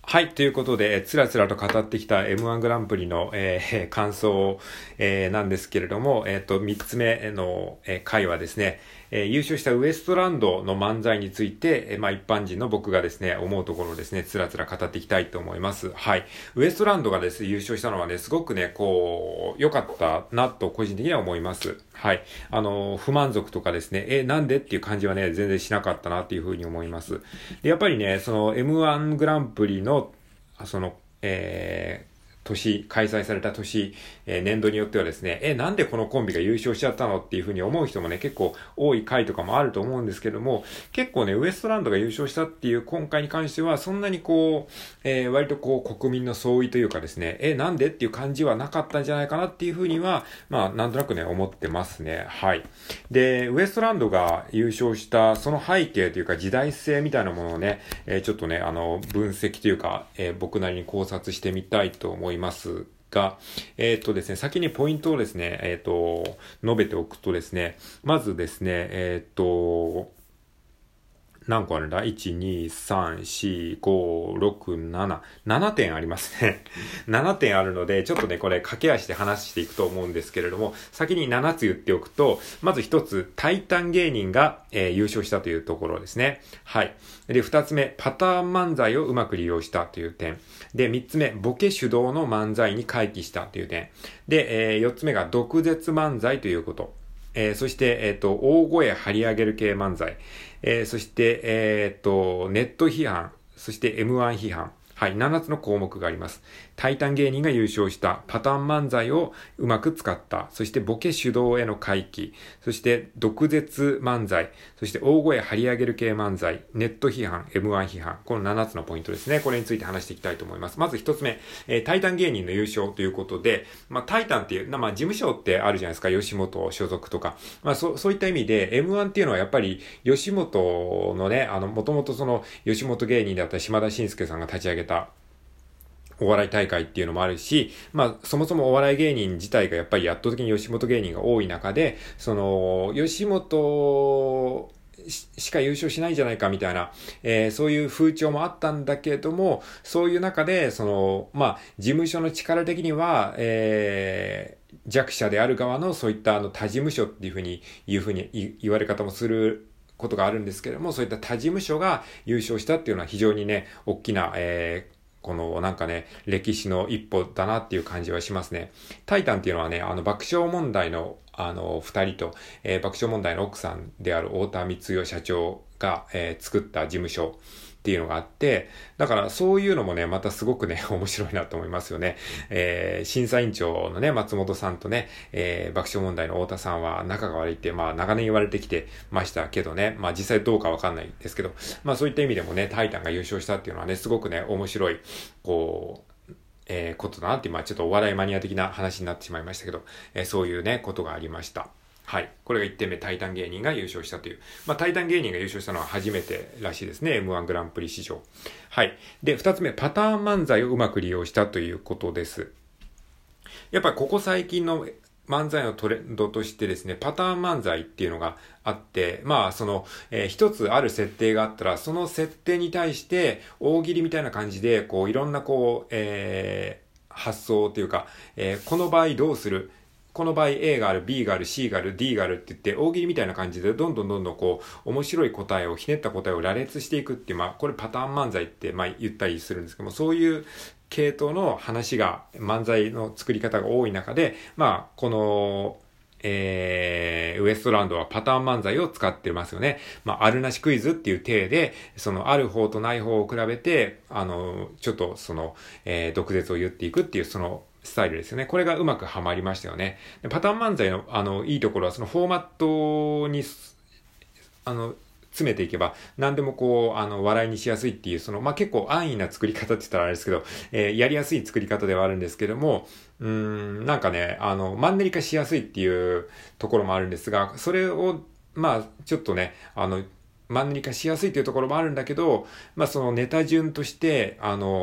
はい。ということで、つらつらと語ってきた M1 グランプリの、感想、なんですけれども、3つ目の、回はですね、優勝したウエストランドの漫才について、一般人の僕がですね、思うところをですね、つらつら語っていきたいと思います。はい。ウエストランドがですね、優勝したのはね、すごくね、良かったなと個人的には思います。はい。不満足とかですね、なんでっていう感じはね、全然しなかったなっていうふうに思います。で、やっぱりね、その M1 グランプリのその、開催された年、年度によってはですね、なんでこのコンビが優勝しちゃったのっていうふうに思う人もね、結構多い回とかもあると思うんですけども、結構ね、ウエストランドが優勝したっていう今回に関しては、そんなに割と国民の総意というかですね、なんでっていう感じはなかったんじゃないかなっていうふうには、なんとなくね、思ってますね。はい。で、ウエストランドが優勝したその背景というか時代性みたいなものをね、ちょっとね、分析というか、僕なりに考察してみたいと思いますが、ですね、先にポイントをですね、述べておくとですね、まずですね、何個あるんだ ?1、2、3、4、5、6、7。7点ありますね。7点あるので、ちょっとね、これ駆け足で話していくと思うんですけれども、先に7つ言っておくと、まず1つ、タイタン芸人が、優勝したというところですね。はい。で、2つ目、パターン漫才をうまく利用したという点。で、3つ目、ボケ主導の漫才に回帰したという点。で、4つ目が毒舌漫才ということ。そして、大声張り上げる系漫才。そして、ネット批判。そして M1 批判。はい、7つの項目があります。タイタン芸人が優勝したパターン漫才をうまく使った。そしてボケ主導への回帰。そして毒舌漫才。そして大声張り上げる系漫才。ネット批判。M1 批判。この7つのポイントですね。これについて話していきたいと思います。まず1つ目。タイタン芸人の優勝ということで、タイタンっていう、事務所ってあるじゃないですか。吉本所属とか。そういった意味で M1 っていうのはやっぱり吉本のね、もともとその吉本芸人だった島田紳介さんが立ち上げたお笑い大会っていうのもあるし、そもそもお笑い芸人自体がやっぱり圧倒的に吉本芸人が多い中で、その、吉本しか優勝しないんじゃないかみたいな、そういう風潮もあったんだけども、そういう中で、その、事務所の力的には、弱者である側のそういった他事務所っていうふうに言われ方もすることがあるんですけども、そういった他事務所が優勝したっていうのは非常にね、大きな、このなんかね、歴史の一歩だなっていう感じはしますね。タイタンっていうのはね、爆笑問題の二人と、爆笑問題の奥さんである太田光代社長が、作った事務所っていうのがあって、だからそういうのもね、またすごくね、面白いなと思いますよね。審査委員長のね、松本さんとね、爆笑問題の太田さんは仲が悪いって、長年言われてきてましたけどね、実際どうかわかんないですけど、そういった意味でもね、タイタンが優勝したっていうのはね、すごくね、面白い、ことだなって、ちょっとお笑いマニア的な話になってしまいましたけど、そういうね、ことがありました。はい。これが1点目、タイタン芸人が優勝したという。タイタン芸人が優勝したのは初めてらしいですね。M1 グランプリ史上。はい。で、2つ目、パターン漫才をうまく利用したということです。やっぱりここ最近の漫才のトレンドとしてですね、パターン漫才っていうのがあって、一つある設定があったら、その設定に対して、大喜利みたいな感じで、いろんな発想というか、この場合どうするこの場合 A がある、B がある、C がある、D があるって言って、大喜利みたいな感じで、どんどん面白い答えを、ひねった答えを羅列していくっていう、これパターン漫才って、言ったりするんですけども、そういう系統の話が、漫才の作り方が多い中で、この、ウエストランドはパターン漫才を使ってますよね。あるなしクイズっていう体で、そのある方とない方を比べて、ちょっとその、毒舌を言っていくっていう、その、スタイルですよね。これがうまくはまりましたよね。でパターン漫才の、いいところは、そのフォーマットに、詰めていけば、何でも笑いにしやすいっていう、結構安易な作り方って言ったらあれですけど、やりやすい作り方ではあるんですけども、なんかね、マンネリ化しやすいっていうところもあるんですが、それを、ちょっとね、マンネリ化しやすいっていうところもあるんだけど、そのネタ順として、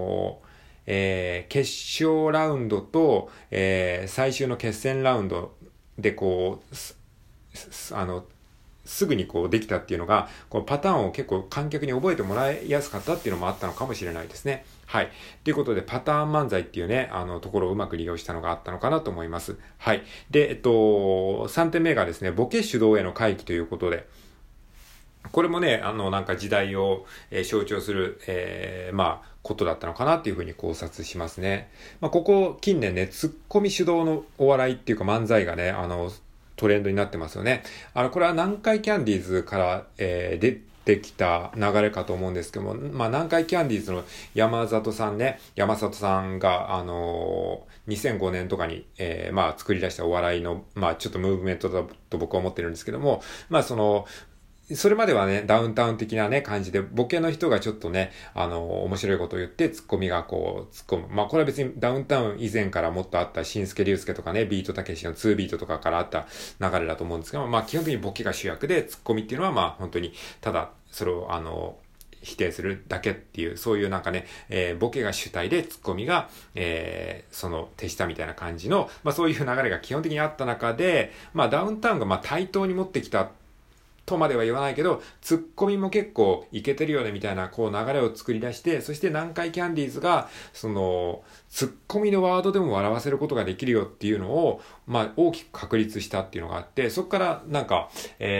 決勝ラウンドと、最終の決戦ラウンドですぐにこうできたっていうのが、このパターンを結構観客に覚えてもらいやすかったっていうのもあったのかもしれないですね。はい。ということで、パターン漫才っていうね、ところをうまく利用したのがあったのかなと思います。はい。で、3点目がですね、ボケ主導への回帰ということで、これもね、なんか時代を、象徴する、ことだったのかなっていうふうに考察しますね。ここ近年ね、ツッコミ主導のお笑いっていうか漫才がね、トレンドになってますよね。これは南海キャンディーズから、出てきた流れかと思うんですけども、南海キャンディーズの山里さんが、2005年とかに、作り出したお笑いの、ちょっとムーブメントだと僕は思ってるんですけども、それまではね、ダウンタウン的なね、感じで、ボケの人がちょっとね、面白いことを言って、ツッコミがこう、突っ込む。これは別にダウンタウン以前からもっとあった、新助竜介とかね、ビートたけしの2ビートとかからあった流れだと思うんですけど、基本的にボケが主役で、ツッコミっていうのは、本当に、ただ、それを、否定するだけっていう、そういうなんかね、ボケが主体でツッコミが、その手下みたいな感じの、そういう流れが基本的にあった中で、ダウンタウンが対等に持ってきたとまでは言わないけど、ツッコミも結構いけてるよねみたいなこう流れを作り出して、そして南海キャンディーズが、その、ツッコミのワードでも笑わせることができるよっていうのを、大きく確立したっていうのがあって、そこからなんか、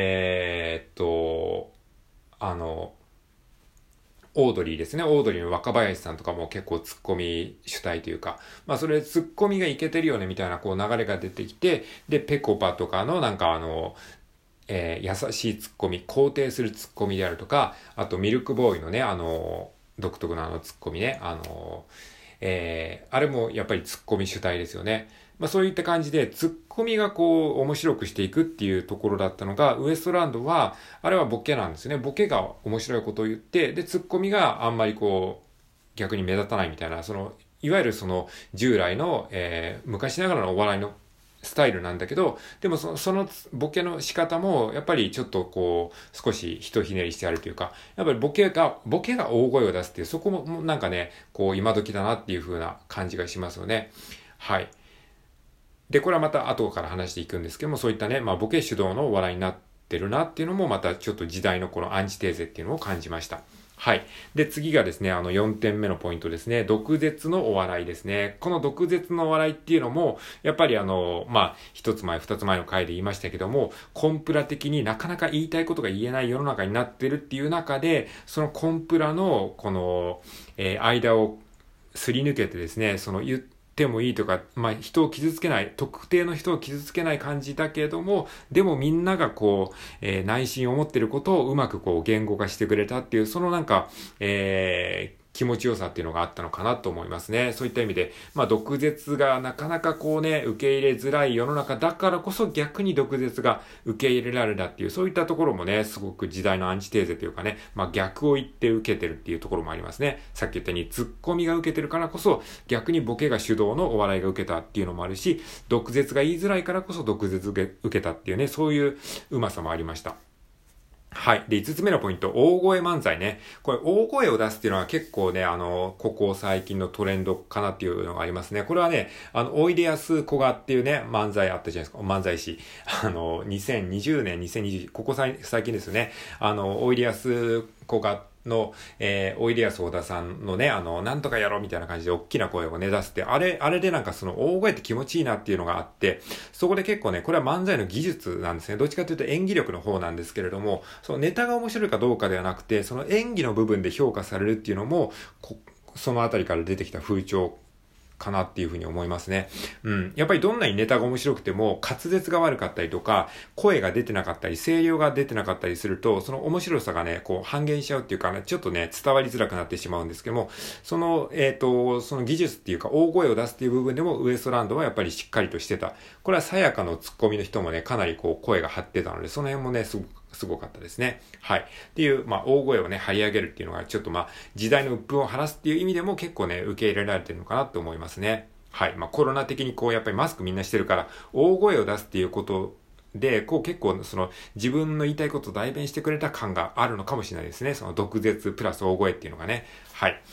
オードリーですね。オードリーの若林さんとかも結構ツッコミ主体というか、それツッコミがいけてるよねみたいなこう流れが出てきて、で、ペコパとかのなんか優しいツッコミ、肯定するツッコミであるとか、あとミルクボーイのね、独特なツッコミね、あれもやっぱりツッコミ主体ですよね。そういった感じで、ツッコミがこう、面白くしていくっていうところだったのが、ウエストランドは、あれはボケなんですね。ボケが面白いことを言って、で、ツッコミがあんまりこう、逆に目立たないみたいな、いわゆる従来の、昔ながらのお笑いのスタイルなんだけど、でもそのボケの仕方も、やっぱりちょっとこう、少しひとひねりしてあるというか、やっぱりボケが大声を出すっていう、そこもなんかね、こう、今時だなっていう風な感じがしますよね。はい。で、これはまた後から話していくんですけども、そういったね、ボケ主導のお笑いになってるなっていうのも、またちょっと時代のこのアンチテーゼっていうのを感じました。はい。で、次がですね、4点目のポイントですね。毒舌のお笑いですね。この毒舌のお笑いっていうのも、やっぱり一つ前、二つ前の回で言いましたけども、コンプラ的になかなか言いたいことが言えない世の中になってるっていう中で、そのコンプラの、この、間をすり抜けてですね、言ってもいいとか、人を傷つけない、特定の人を傷つけない感じだけれども、でもみんながこう、内心を持っていることをうまくこう言語化してくれたっていう、そのなんか、気持ちよさっていうのがあったのかなと思いますね。そういった意味で、毒舌がなかなかこうね、受け入れづらい世の中だからこそ逆に毒舌が受け入れられたっていう、そういったところもね、すごく時代のアンチテーゼというかね、逆を言って受けてるっていうところもありますね。さっき言ったように、ツッコミが受けてるからこそ、逆にボケが主導のお笑いが受けたっていうのもあるし、毒舌が言いづらいからこそ毒舌受けたっていうね、そういううまさもありました。はい。で、5つ目のポイント、大声漫才ね。これ、大声を出すっていうのは結構ね、ここ最近のトレンドかなっていうのがありますね。これはね、おいでやすこがっていうね、漫才あったじゃないですか。漫才師。2020年、2020、ここ最近ですよね。おいでやすこがの、おいでやす小田さんのね、なんとかやろうみたいな感じで大きな声をね、出して、あれでなんか大声って気持ちいいなっていうのがあって、そこで結構ね、これは漫才の技術なんですね。どっちかというと演技力の方なんですけれども、そのネタが面白いかどうかではなくて、その演技の部分で評価されるっていうのも、そのあたりから出てきた風潮かなっていうふうに思いますね。やっぱりどんなにネタが面白くても滑舌が悪かったりとか、声が出てなかったり、声量が出てなかったりすると、その面白さがね、こう半減しちゃうっていうかね、ちょっとね、伝わりづらくなってしまうんですけども、その技術っていうか、大声を出すっていう部分でもウエストランドはやっぱりしっかりとしてた。これはさやかのツッコミの人もね、かなりこう声が張ってたので、その辺もね、すごかったですね。はい。っていう、大声をね、張り上げるっていうのが、ちょっと時代の鬱憤を晴らすっていう意味でも結構ね、受け入れられてるのかなと思いますね。はい。コロナ的にこう、やっぱりマスクみんなしてるから、大声を出すっていうことで、こう結構自分の言いたいことを代弁してくれた感があるのかもしれないですね。その毒舌プラス大声っていうのがね。はい。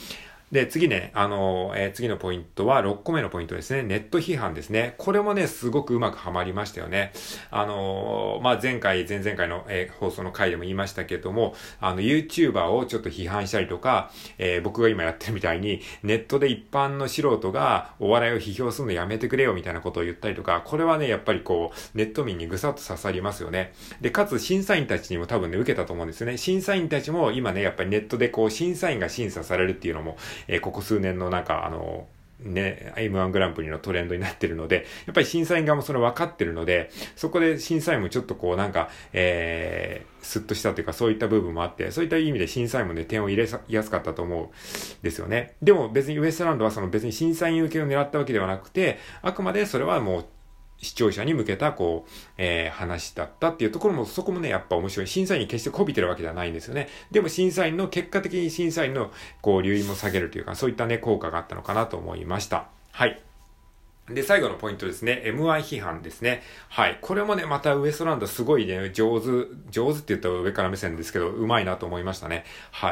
で、次ね、次のポイントは、6個目のポイントですね。ネット批判ですね。これもね、すごくうまくはまりましたよね。前回、前々回の、放送の回でも言いましたけれども、YouTuber をちょっと批判したりとか、僕が今やってるみたいに、ネットで一般の素人がお笑いを批評するのやめてくれよみたいなことを言ったりとか、これはね、やっぱりこう、ネット民にぐさっと刺さりますよね。で、かつ審査員たちにも多分ね、受けたと思うんですよね。審査員たちも今ね、やっぱりネットでこう、審査員が審査されるっていうのも、ここ数年のなんかM1 グランプリのトレンドになってるので、やっぱり審査員側もそれ分かってるので、そこで審査員もちょっとこうなんか、スッとしたというかそういった部分もあって、そういった意味で審査員もね、点を入れやすかったと思うんですよね。でも別にウエストランドはその別に審査員受けを狙ったわけではなくて、あくまでそれはもう、視聴者に向けたこう、話だったっていうところも、そこもねやっぱ面白い。審査員に決して媚びてるわけではないんですよね。でも結果的に審査員のこう留飲も下げるというか、そういったね効果があったのかなと思いました。はい。で、最後のポイントですね。MI 批判ですね。はい。これもね、またウエストランドすごいね、上手って言ったら上から目線ですけど、うまいなと思いましたね。はい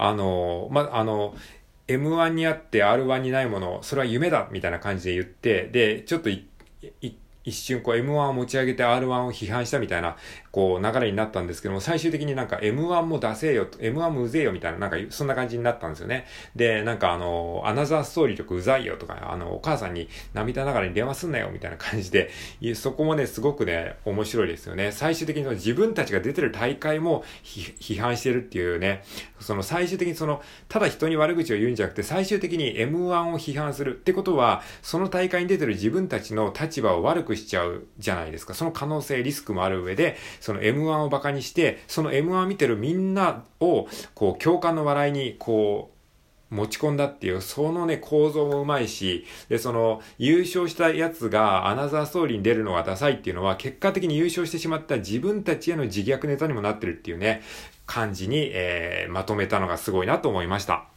。M1 にあって R1 にないもの、それは夢だみたいな感じで言って、で、ちょっと一瞬こう M1 を持ち上げて R1 を批判したみたいなこう流れになったんですけども、最終的になんか M1 も出せよ、M1 もうぜえよみたいな、なんかそんな感じになったんですよね。で、なんかアナザーストーリーとかうざいよとか、お母さんに涙ながらに電話すんなよみたいな感じで、そこもね、すごくね、面白いですよね。最終的にその自分たちが出てる大会も批判してるっていうね、その最終的にただ人に悪口を言うんじゃなくて、最終的に M1 を批判するってことは、その大会に出てる自分たちの立場を悪くしちゃうじゃないですか。その可能性、リスクもある上で、その M1 をバカにして、その M1 を見てるみんなを、こう、共感の笑いに、こう、持ち込んだっていう、そのね、構造もうまいし、で、優勝したやつがアナザーストーリーに出るのがダサいっていうのは、結果的に優勝してしまった自分たちへの自虐ネタにもなってるっていうね、感じに、まとめたのがすごいなと思いました。